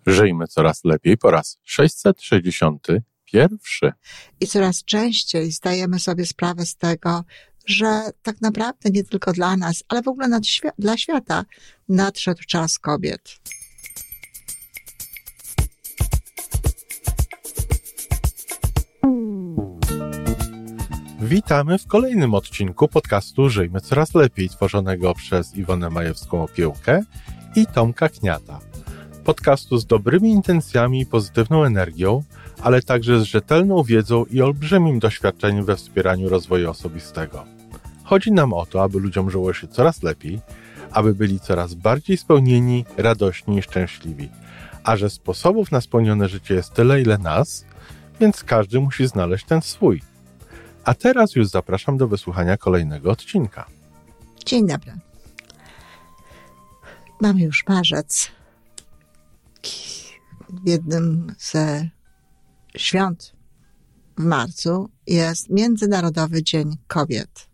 Żyjmy coraz lepiej po raz 661. I coraz częściej zdajemy sobie sprawę z tego, że tak naprawdę nie tylko dla nas, ale w ogóle dla świata nadszedł czas kobiet. Witamy w kolejnym odcinku podcastu Żyjmy coraz lepiej, tworzonego przez Iwonę Majewską-Opiełkę i Tomka Kniata. Podcastu z dobrymi intencjami i pozytywną energią, ale także z rzetelną wiedzą i olbrzymim doświadczeniem we wspieraniu rozwoju osobistego. Chodzi nam o to, aby ludziom żyło się coraz lepiej, aby byli coraz bardziej spełnieni, radośni i szczęśliwi. A że sposobów na spełnione życie jest tyle, ile nas, więc każdy musi znaleźć ten swój. A teraz już zapraszam do wysłuchania kolejnego odcinka. Dzień dobry. Mamy już marzec. Jednym ze świąt w marcu jest Międzynarodowy Dzień Kobiet.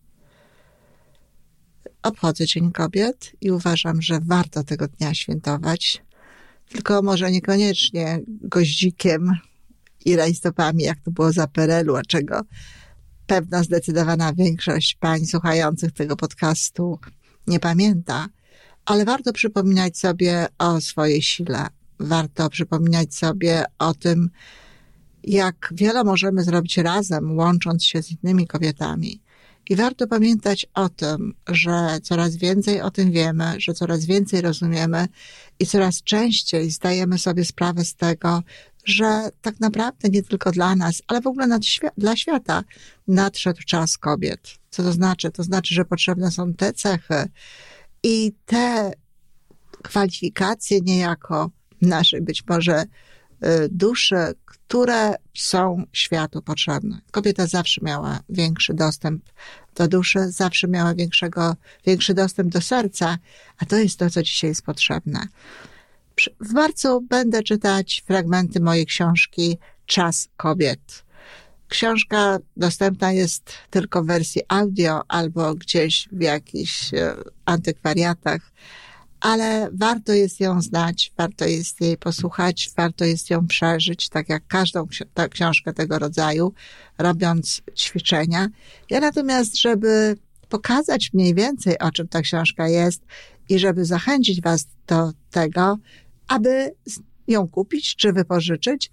Obchodzę Dzień Kobiet i uważam, że warto tego dnia świętować, tylko może niekoniecznie goździkiem i rajstopami, jak to było za PRL-u, a czego pewna zdecydowana większość pań słuchających tego podcastu nie pamięta, ale warto przypominać sobie o swojej sile. Warto przypominać sobie o tym, jak wiele możemy zrobić razem, łącząc się z innymi kobietami. I warto pamiętać o tym, że coraz więcej o tym wiemy, że coraz więcej rozumiemy i coraz częściej zdajemy sobie sprawę z tego, że tak naprawdę nie tylko dla nas, ale w ogóle dla świata nadszedł czas kobiet. Co to znaczy? To znaczy, że potrzebne są te cechy i te kwalifikacje niejako naszej być może duszy, które są światu potrzebne. Kobieta zawsze miała większy dostęp do duszy, zawsze miała większy dostęp do serca, a to jest to, co dzisiaj jest potrzebne. W marcu będę czytać fragmenty mojej książki Czas kobiet. Książka dostępna jest tylko w wersji audio albo gdzieś w jakichś antykwariatach, ale warto jest ją znać, warto jest jej posłuchać, warto jest ją przeżyć, tak jak każdą książkę tego rodzaju, robiąc ćwiczenia. Ja natomiast, żeby pokazać mniej więcej, o czym ta książka jest i żeby zachęcić was do tego, aby ją kupić czy wypożyczyć,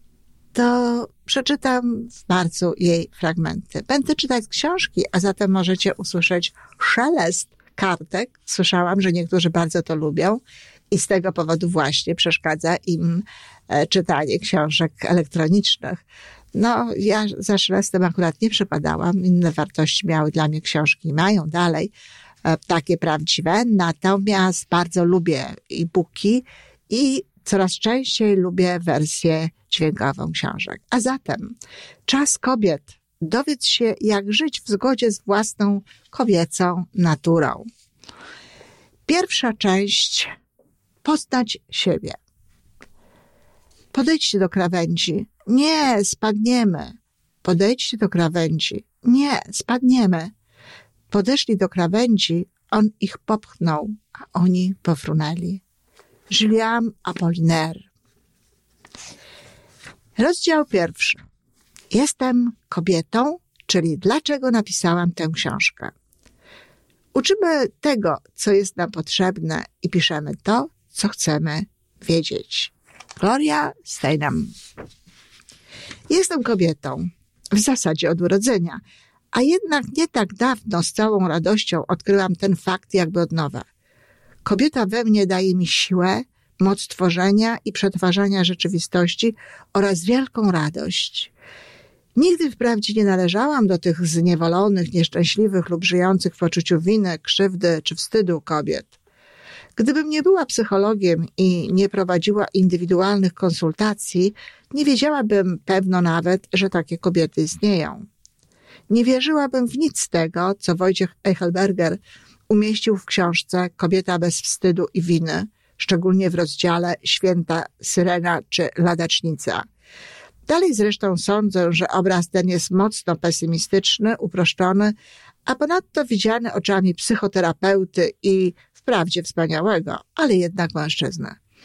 to przeczytam w marcu jej fragmenty. Będę czytać książki, a zatem możecie usłyszeć szelest kartek. Słyszałam, że niektórzy bardzo to lubią i z tego powodu właśnie przeszkadza im czytanie książek elektronicznych. No, ja za szelestem akurat nie przypadałam. Inne wartości miały dla mnie książki i mają dalej takie prawdziwe. Natomiast bardzo lubię e-booki i coraz częściej lubię wersję dźwiękową książek. A zatem Czas kobiet. Dowiedz się, jak żyć w zgodzie z własną kobiecą naturą. Pierwsza część. Poznać siebie. Podejdźcie do krawędzi. Nie, spadniemy. Podejdźcie do krawędzi. Nie, spadniemy. Podeszli do krawędzi, on ich popchnął, a oni pofrunęli. Julian Apollinaire. Rozdział 1. Jestem kobietą, czyli dlaczego napisałam tę książkę. Uczymy tego, co jest nam potrzebne i piszemy to, co chcemy wiedzieć. Gloria Steinem. Jestem kobietą, w zasadzie od urodzenia, a jednak nie tak dawno z całą radością odkryłam ten fakt jakby od nowa. Kobieta we mnie daje mi siłę, moc tworzenia i przetwarzania rzeczywistości oraz wielką radość. Nigdy wprawdzie nie należałam do tych zniewolonych, nieszczęśliwych lub żyjących w poczuciu winy, krzywdy czy wstydu kobiet. Gdybym nie była psychologiem i nie prowadziła indywidualnych konsultacji, nie wiedziałabym pewno nawet, że takie kobiety istnieją. Nie wierzyłabym w nic z tego, co Wojciech Eichelberger umieścił w książce Kobieta bez wstydu i winy, szczególnie w rozdziale Święta Syrena czy Ladacznica. Dalej zresztą sądzę, że obraz ten jest mocno pesymistyczny, uproszczony, a ponadto widziany oczami psychoterapeuty i wprawdzie wspaniałego, ale jednak mężczyznę.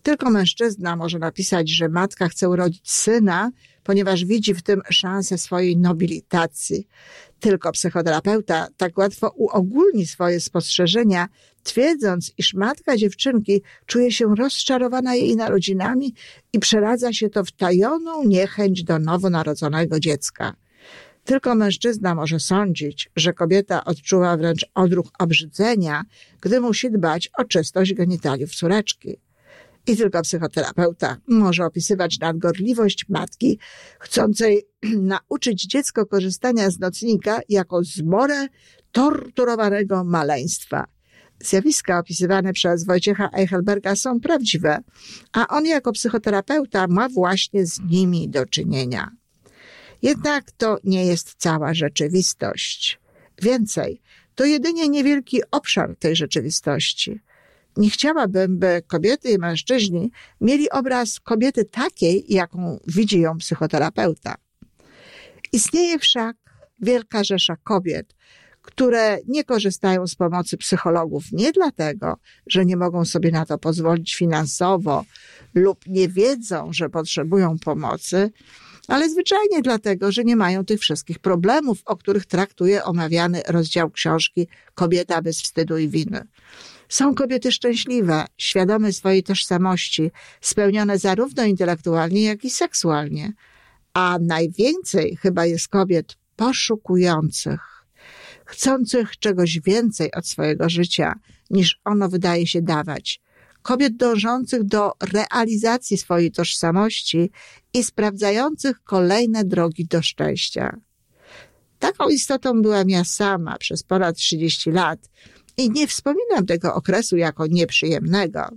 Tylko mężczyzna może napisać, że matka chce urodzić syna, ponieważ widzi w tym szansę swojej nobilitacji. Tylko psychoterapeuta tak łatwo uogólni swoje spostrzeżenia, twierdząc, iż matka dziewczynki czuje się rozczarowana jej narodzinami i przeradza się to w tajoną niechęć do nowonarodzonego dziecka. Tylko mężczyzna może sądzić, że kobieta odczuwa wręcz odruch obrzydzenia, gdy musi dbać o czystość genitaliów córeczki. I tylko psychoterapeuta może opisywać nadgorliwość matki chcącej nauczyć dziecko korzystania z nocnika jako zmorę torturowanego maleństwa. Zjawiska opisywane przez Wojciecha Eichelberga są prawdziwe, a on jako psychoterapeuta ma właśnie z nimi do czynienia. Jednak to nie jest cała rzeczywistość. Więcej, to jedynie niewielki obszar tej rzeczywistości. Nie chciałabym, by kobiety i mężczyźni mieli obraz kobiety takiej, jaką widzi ją psychoterapeuta. Istnieje wszak wielka rzesza kobiet, które nie korzystają z pomocy psychologów nie dlatego, że nie mogą sobie na to pozwolić finansowo lub nie wiedzą, że potrzebują pomocy, ale zwyczajnie dlatego, że nie mają tych wszystkich problemów, o których traktuje omawiany rozdział książki Kobieta bez wstydu i winy. Są kobiety szczęśliwe, świadome swojej tożsamości, spełnione zarówno intelektualnie, jak i seksualnie. A najwięcej chyba jest kobiet poszukujących, chcących czegoś więcej od swojego życia, niż ono wydaje się dawać. Kobiet dążących do realizacji swojej tożsamości i sprawdzających kolejne drogi do szczęścia. Taką istotą byłam ja sama przez ponad 30 lat i nie wspominam tego okresu jako nieprzyjemnego.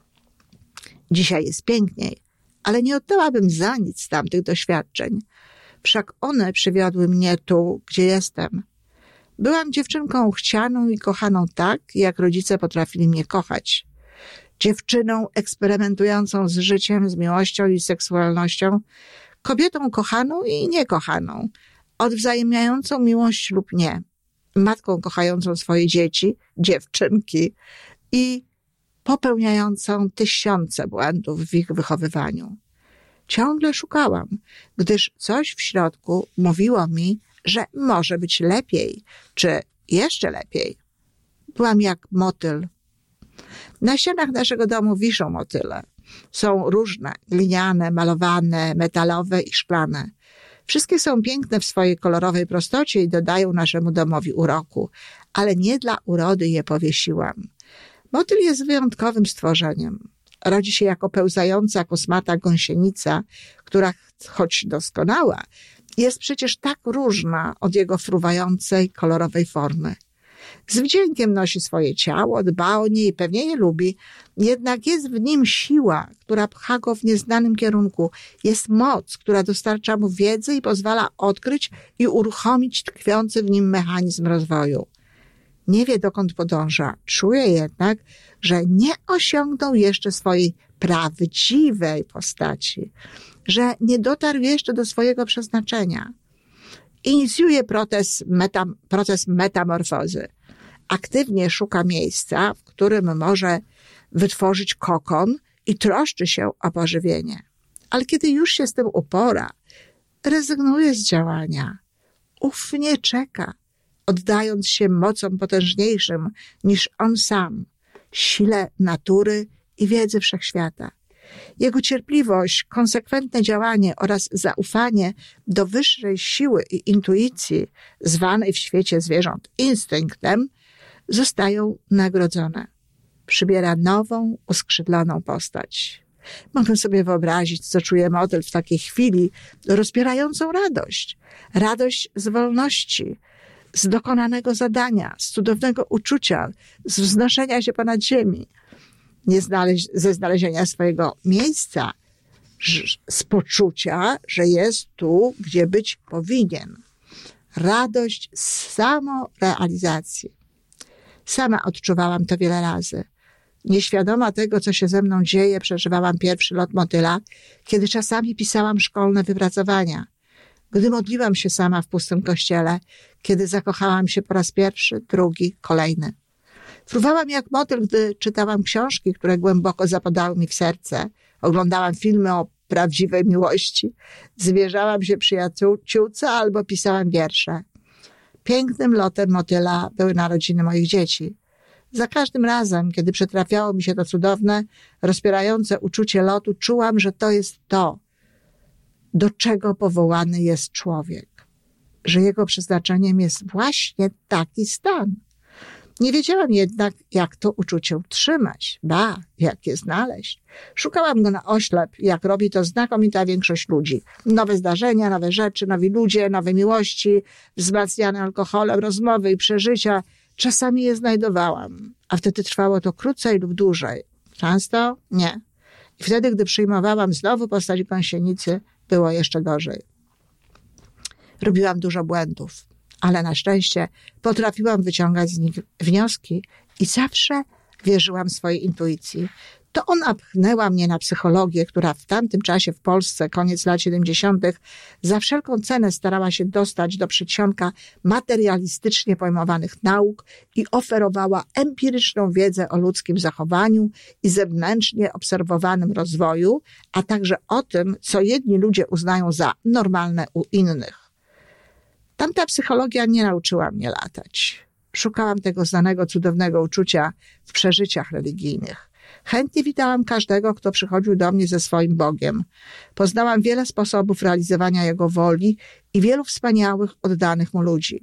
Dzisiaj jest piękniej, ale nie oddałabym za nic tamtych doświadczeń. Wszak one przywiodły mnie tu, gdzie jestem. Byłam dziewczynką chcianą i kochaną tak, jak rodzice potrafili mnie kochać. Dziewczyną eksperymentującą z życiem, z miłością i seksualnością, kobietą kochaną i niekochaną, odwzajemniającą miłość lub nie, matką kochającą swoje dzieci, dziewczynki i popełniającą tysiące błędów w ich wychowywaniu. Ciągle szukałam, gdyż coś w środku mówiło mi, że może być lepiej, czy jeszcze lepiej. Byłam jak motyl. Na ścianach naszego domu wiszą motyle. Są różne, gliniane, malowane, metalowe i szklane. Wszystkie są piękne w swojej kolorowej prostocie i dodają naszemu domowi uroku, ale nie dla urody je powiesiłam. Motyl jest wyjątkowym stworzeniem. Rodzi się jako pełzająca kosmata gąsienica, która, choć doskonała, jest przecież tak różna od jego fruwającej, kolorowej formy. Z wdziękiem nosi swoje ciało, dba o nie i pewnie je lubi, jednak jest w nim siła, która pcha go w nieznanym kierunku. Jest moc, która dostarcza mu wiedzy i pozwala odkryć i uruchomić tkwiący w nim mechanizm rozwoju. Nie wie, dokąd podąża. Czuje jednak, że nie osiągnął jeszcze swojej prawdziwej postaci, że nie dotarł jeszcze do swojego przeznaczenia. Inicjuje proces metamorfozy. Aktywnie szuka miejsca, w którym może wytworzyć kokon i troszczy się o pożywienie. Ale kiedy już się z tym upora, rezygnuje z działania. Ufnie czeka, oddając się mocom potężniejszym niż on sam, sile natury i wiedzy wszechświata. Jego cierpliwość, konsekwentne działanie oraz zaufanie do wyższej siły i intuicji, zwanej w świecie zwierząt instynktem, zostają nagrodzone. Przybiera nową, uskrzydloną postać. Mogę sobie wyobrazić, co czuje motyl w takiej chwili, rozpierającą radość. Radość z wolności, z dokonanego zadania, z cudownego uczucia, z wznoszenia się ponad ziemi. Ze znalezienia swojego miejsca, z poczucia, że jest tu, gdzie być powinien. Radość z samorealizacji. Sama odczuwałam to wiele razy. Nieświadoma tego, co się ze mną dzieje, przeżywałam pierwszy lot motyla, kiedy czasami pisałam szkolne wypracowania. Gdy modliłam się sama w pustym kościele, kiedy zakochałam się po raz pierwszy, drugi, kolejny. Fruwałam jak motyl, gdy czytałam książki, które głęboko zapadały mi w serce. Oglądałam filmy o prawdziwej miłości. Zwierzałam się przyjaciółce albo pisałam wiersze. Pięknym lotem motyla były narodziny moich dzieci. Za każdym razem, kiedy przytrafiało mi się to cudowne, rozpierające uczucie lotu, czułam, że to jest to, do czego powołany jest człowiek. Że jego przeznaczeniem jest właśnie taki stan. Nie wiedziałam jednak, jak to uczucie utrzymać, jak je znaleźć. Szukałam go na oślep, jak robi to znakomita większość ludzi. Nowe zdarzenia, nowe rzeczy, nowi ludzie, nowe miłości, wzmacniane alkoholem, rozmowy i przeżycia. Czasami je znajdowałam, a wtedy trwało to krócej lub dłużej. Często nie. I wtedy, gdy przyjmowałam znowu postać gąsienicy, było jeszcze gorzej. Robiłam dużo błędów, ale na szczęście potrafiłam wyciągać z nich wnioski i zawsze wierzyłam swojej intuicji. To ona pchnęła mnie na psychologię, która w tamtym czasie w Polsce, koniec lat 70., za wszelką cenę starała się dostać do przedsionka materialistycznie pojmowanych nauk i oferowała empiryczną wiedzę o ludzkim zachowaniu i zewnętrznie obserwowanym rozwoju, a także o tym, co jedni ludzie uznają za normalne u innych. Tamta psychologia nie nauczyła mnie latać. Szukałam tego znanego, cudownego uczucia w przeżyciach religijnych. Chętnie witałam każdego, kto przychodził do mnie ze swoim Bogiem. Poznałam wiele sposobów realizowania Jego woli i wielu wspaniałych, oddanych Mu ludzi.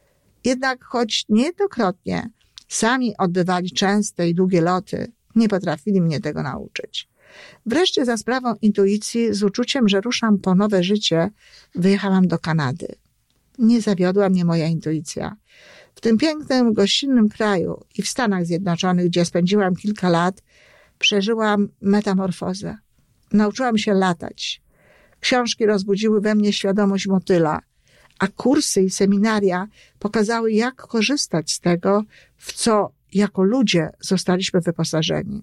Jednak choć niejednokrotnie sami odbywali częste i długie loty, nie potrafili mnie tego nauczyć. Wreszcie za sprawą intuicji, z uczuciem, że ruszam po nowe życie, wyjechałam do Kanady. Nie zawiodła mnie moja intuicja. W tym pięknym, gościnnym kraju i w Stanach Zjednoczonych, gdzie spędziłam kilka lat, przeżyłam metamorfozę. Nauczyłam się latać. Książki rozbudziły we mnie świadomość motyla, a kursy i seminaria pokazały, jak korzystać z tego, w co jako ludzie zostaliśmy wyposażeni.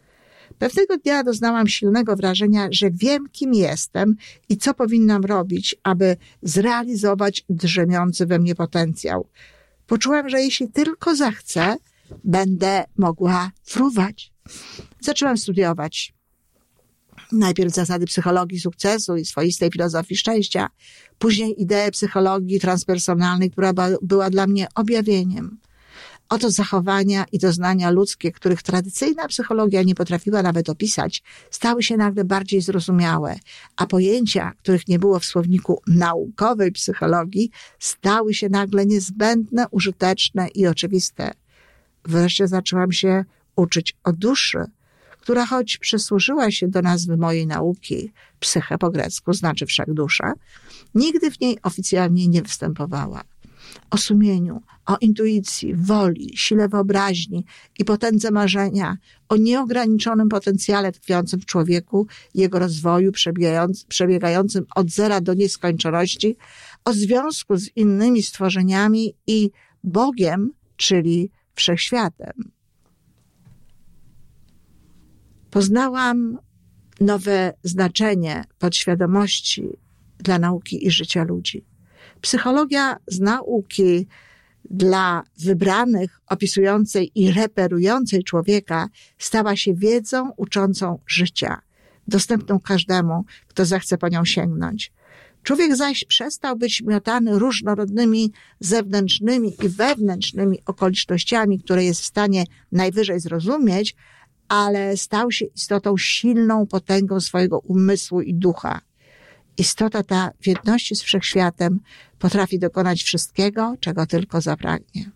Pewnego dnia doznałam silnego wrażenia, że wiem, kim jestem i co powinnam robić, aby zrealizować drzemiący we mnie potencjał. Poczułam, że jeśli tylko zechcę, będę mogła fruwać. Zaczęłam studiować. Najpierw zasady psychologii sukcesu i swoistej filozofii szczęścia, później ideę psychologii transpersonalnej, która była dla mnie objawieniem. Oto zachowania i doznania ludzkie, których tradycyjna psychologia nie potrafiła nawet opisać, stały się nagle bardziej zrozumiałe, a pojęcia, których nie było w słowniku naukowej psychologii, stały się nagle niezbędne, użyteczne i oczywiste. Wreszcie zaczęłam się uczyć o duszy, która choć przysłużyła się do nazwy mojej nauki, psyche po grecku znaczy wszechdusza, nigdy w niej oficjalnie nie występowała. O sumieniu, o intuicji, woli, sile wyobraźni i potędze marzenia, o nieograniczonym potencjale tkwiącym w człowieku, jego rozwoju przebiegającym od zera do nieskończoności, o związku z innymi stworzeniami i Bogiem, czyli wszechświatem. Poznałam nowe znaczenie podświadomości dla nauki i życia ludzi. Psychologia z nauki dla wybranych, opisującej i reperującej człowieka stała się wiedzą uczącą życia, dostępną każdemu, kto zechce po nią sięgnąć. Człowiek zaś przestał być miotany różnorodnymi zewnętrznymi i wewnętrznymi okolicznościami, które jest w stanie najwyżej zrozumieć, ale stał się istotą silną potęgą swojego umysłu i ducha. Istota ta w jedności z wszechświatem potrafi dokonać wszystkiego, czego tylko zapragnie.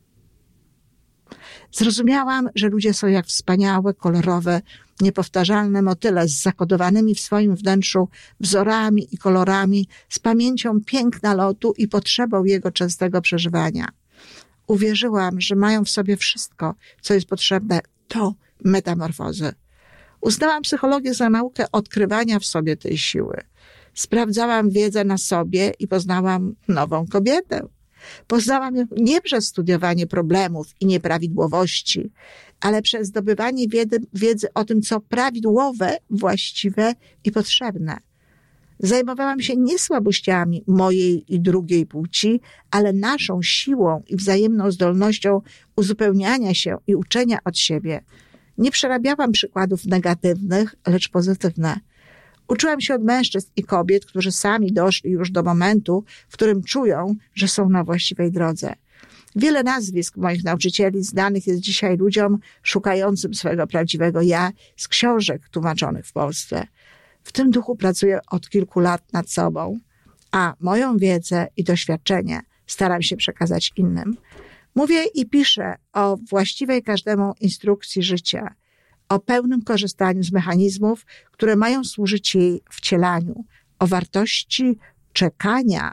Zrozumiałam, że ludzie są jak wspaniałe, kolorowe, niepowtarzalne motyle z zakodowanymi w swoim wnętrzu wzorami i kolorami, z pamięcią piękna lotu i potrzebą jego częstego przeżywania. Uwierzyłam, że mają w sobie wszystko, co jest potrzebne do metamorfozy. Uznałam psychologię za naukę odkrywania w sobie tej siły. Sprawdzałam wiedzę na sobie i poznałam nową kobietę. Poznałam ją nie przez studiowanie problemów i nieprawidłowości, ale przez zdobywanie wiedzy o tym, co prawidłowe, właściwe i potrzebne. Zajmowałam się nie słabościami mojej i drugiej płci, ale naszą siłą i wzajemną zdolnością uzupełniania się i uczenia od siebie. Nie przerabiałam przykładów negatywnych, lecz pozytywne. Uczyłam się od mężczyzn i kobiet, którzy sami doszli już do momentu, w którym czują, że są na właściwej drodze. Wiele nazwisk moich nauczycieli znanych jest dzisiaj ludziom szukającym swojego prawdziwego ja z książek tłumaczonych w Polsce. W tym duchu pracuję od kilku lat nad sobą, a moją wiedzę i doświadczenie staram się przekazać innym. Mówię i piszę o właściwej każdemu instrukcji życia, o pełnym korzystaniu z mechanizmów, które mają służyć jej wcielaniu, o wartości czekania,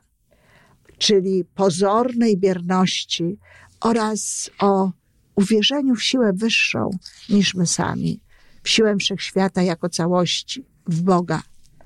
czyli pozornej bierności oraz o uwierzeniu w siłę wyższą niż my sami, w siłę wszechświata jako całości, w Boga.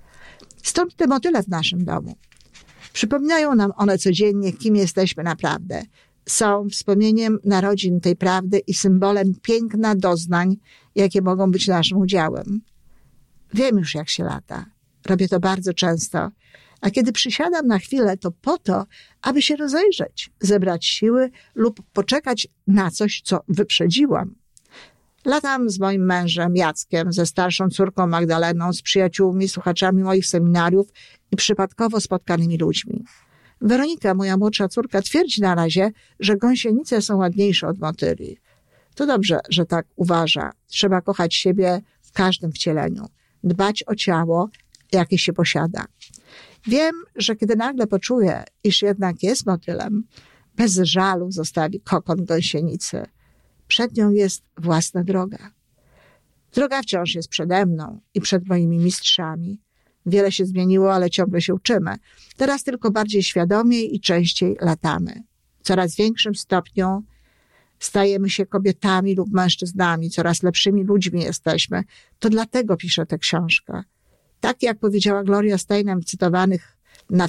Stąd te motyle w naszym domu. Przypominają nam one codziennie, kim jesteśmy naprawdę. Są wspomnieniem narodzin tej prawdy i symbolem piękna doznań, jakie mogą być naszym udziałem. Wiem już, jak się lata. Robię to bardzo często. A kiedy przysiadam na chwilę, to po to, aby się rozejrzeć, zebrać siły lub poczekać na coś, co wyprzedziłam. Latam z moim mężem Jackiem, ze starszą córką Magdaleną, z przyjaciółmi, słuchaczami moich seminariów i przypadkowo spotkanymi ludźmi. Weronika, moja młodsza córka, twierdzi na razie, że gąsienice są ładniejsze od motyli. To dobrze, że tak uważa. Trzeba kochać siebie w każdym wcieleniu. Dbać o ciało, jakie się posiada. Wiem, że kiedy nagle poczuję, iż jednak jest motylem, bez żalu zostawi kokon gąsienicy. Przed nią jest własna droga. Droga wciąż jest przede mną i przed moimi mistrzami. Wiele się zmieniło, ale ciągle się uczymy. Teraz tylko bardziej świadomie i częściej latamy. W coraz większym stopniu stajemy się kobietami lub mężczyznami, coraz lepszymi ludźmi jesteśmy. To dlatego piszę tę książkę. Tak jak powiedziała Gloria Steinem w cytowanych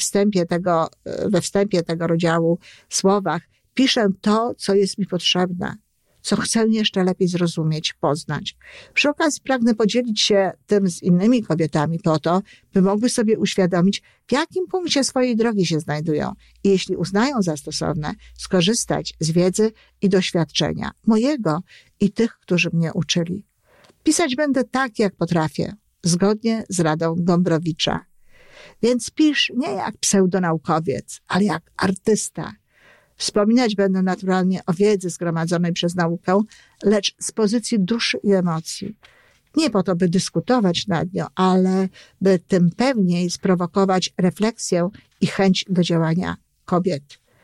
we wstępie tego rozdziału słowach, piszę to, co jest mi potrzebne, co chcę jeszcze lepiej zrozumieć, poznać. Przy okazji pragnę podzielić się tym z innymi kobietami po to, by mogły sobie uświadomić, w jakim punkcie swojej drogi się znajdują i jeśli uznają za stosowne, skorzystać z wiedzy i doświadczenia mojego i tych, którzy mnie uczyli. Pisać będę tak, jak potrafię, zgodnie z radą Gombrowicza. Więc pisz nie jak pseudonaukowiec, ale jak artysta. Wspominać będę naturalnie o wiedzy zgromadzonej przez naukę, lecz z pozycji duszy i emocji. Nie po to, by dyskutować nad nią, ale by tym pewniej sprowokować refleksję i chęć do działania kobiet.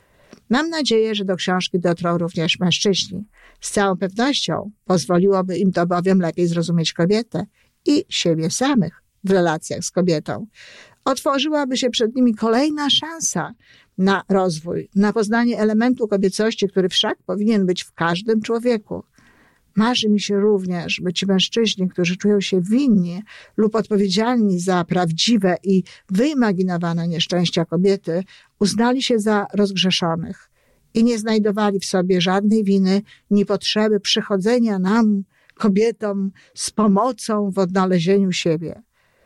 Mam nadzieję, że do książki dotrą również mężczyźni. Z całą pewnością pozwoliłoby im to bowiem lepiej zrozumieć kobietę i siebie samych w relacjach z kobietą. Otworzyłaby się przed nimi kolejna szansa na rozwój, na poznanie elementu kobiecości, który wszak powinien być w każdym człowieku. Marzy mi się również, by ci mężczyźni, którzy czują się winni lub odpowiedzialni za prawdziwe i wyimaginowane nieszczęścia kobiety, uznali się za rozgrzeszonych i nie znajdowali w sobie żadnej winy ni potrzeby przychodzenia nam, kobietom, z pomocą w odnalezieniu siebie.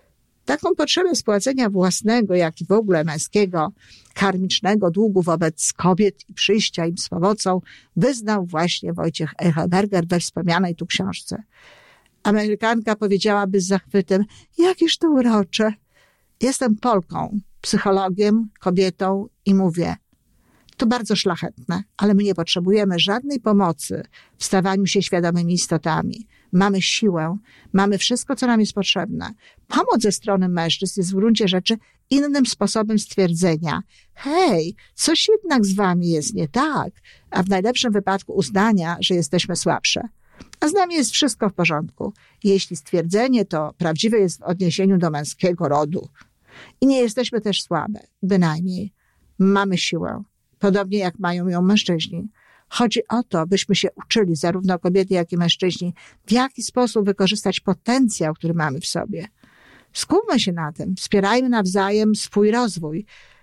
Taką potrzebę spłacenia własnego, jak i w ogóle męskiego, karmicznego długu wobec kobiet i przyjścia im z pomocą wyznał właśnie Wojciech Eichelberger we wspomnianej tu książce. Amerykanka powiedziałaby z zachwytem, jakież to urocze. Jestem Polką, psychologiem, kobietą i mówię, to bardzo szlachetne, ale my nie potrzebujemy żadnej pomocy w stawaniu się świadomymi istotami. Mamy siłę, mamy wszystko, co nam jest potrzebne. Pomoc ze strony mężczyzn jest w gruncie rzeczy innym sposobem stwierdzenia. Hej, coś jednak z wami jest nie tak, a w najlepszym wypadku uznania, że jesteśmy słabsze. A z nami jest wszystko w porządku, jeśli stwierdzenie to prawdziwe jest w odniesieniu do męskiego rodu. I nie jesteśmy też słabe, bynajmniej. Mamy siłę, podobnie jak mają ją mężczyźni. Chodzi o to, byśmy się uczyli, zarówno kobiety, jak i mężczyźni, w jaki sposób wykorzystać potencjał, który mamy w sobie. Skupmy się na tym, wspierajmy nawzajem swój rozwój.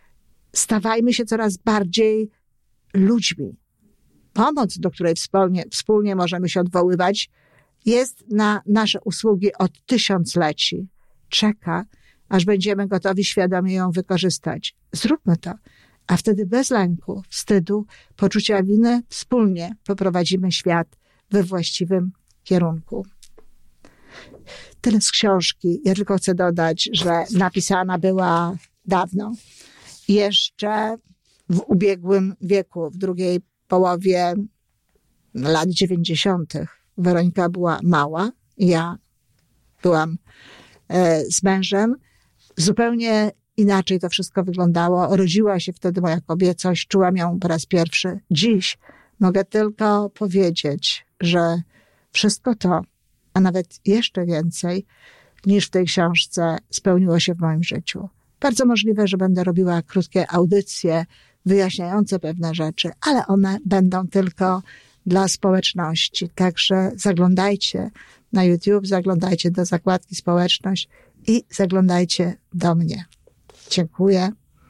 Stawajmy się coraz bardziej ludźmi. Pomoc, do której wspólnie możemy się odwoływać, jest na nasze usługi od tysiącleci. Czeka, aż będziemy gotowi świadomie ją wykorzystać. Zróbmy to, a wtedy bez lęku, wstydu, poczucia winy wspólnie poprowadzimy świat we właściwym kierunku. Tyle z książki. Ja tylko chcę dodać, że napisana była dawno. Jeszcze w ubiegłym wieku, w drugiej połowie lat 90. Weronika była mała. Ja byłam z mężem. Zupełnie inaczej to wszystko wyglądało. Rodziła się wtedy moja kobiecość. Czułam ją po raz pierwszy. Dziś mogę tylko powiedzieć, że wszystko to, a nawet jeszcze więcej niż w tej książce, spełniło się w moim życiu. Bardzo możliwe, że będę robiła krótkie audycje wyjaśniające pewne rzeczy, ale one będą tylko dla społeczności. Także zaglądajcie na YouTube, zaglądajcie do zakładki Społeczność i zaglądajcie do mnie. Dziękuję.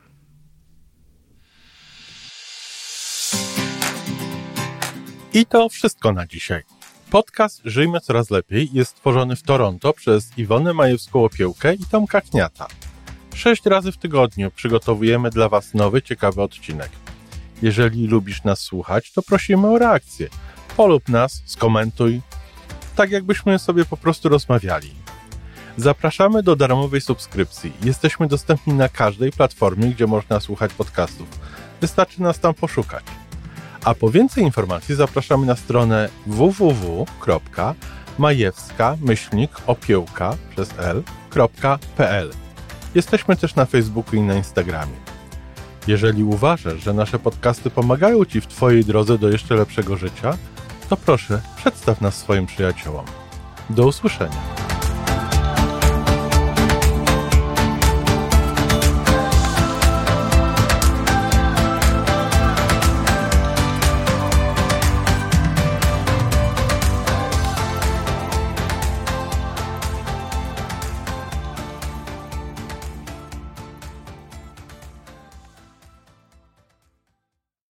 I to wszystko na dzisiaj. Podcast Żyjmy Coraz Lepiej jest stworzony w Toronto przez Iwonę Majewską-Opiełkę i Tomka Kniata. 6 razy w tygodniu przygotowujemy dla Was nowy, ciekawy odcinek. Jeżeli lubisz nas słuchać, to prosimy o reakcję. Polub nas, skomentuj, tak jakbyśmy sobie po prostu rozmawiali. Zapraszamy do darmowej subskrypcji. Jesteśmy dostępni na każdej platformie, gdzie można słuchać podcastów. Wystarczy nas tam poszukać. A po więcej informacji zapraszamy na stronę www.majewska-opiełka.pl. Jesteśmy też na Facebooku i na Instagramie. Jeżeli uważasz, że nasze podcasty pomagają Ci w Twojej drodze do jeszcze lepszego życia, to proszę, przedstaw nas swoim przyjaciołom. Do usłyszenia.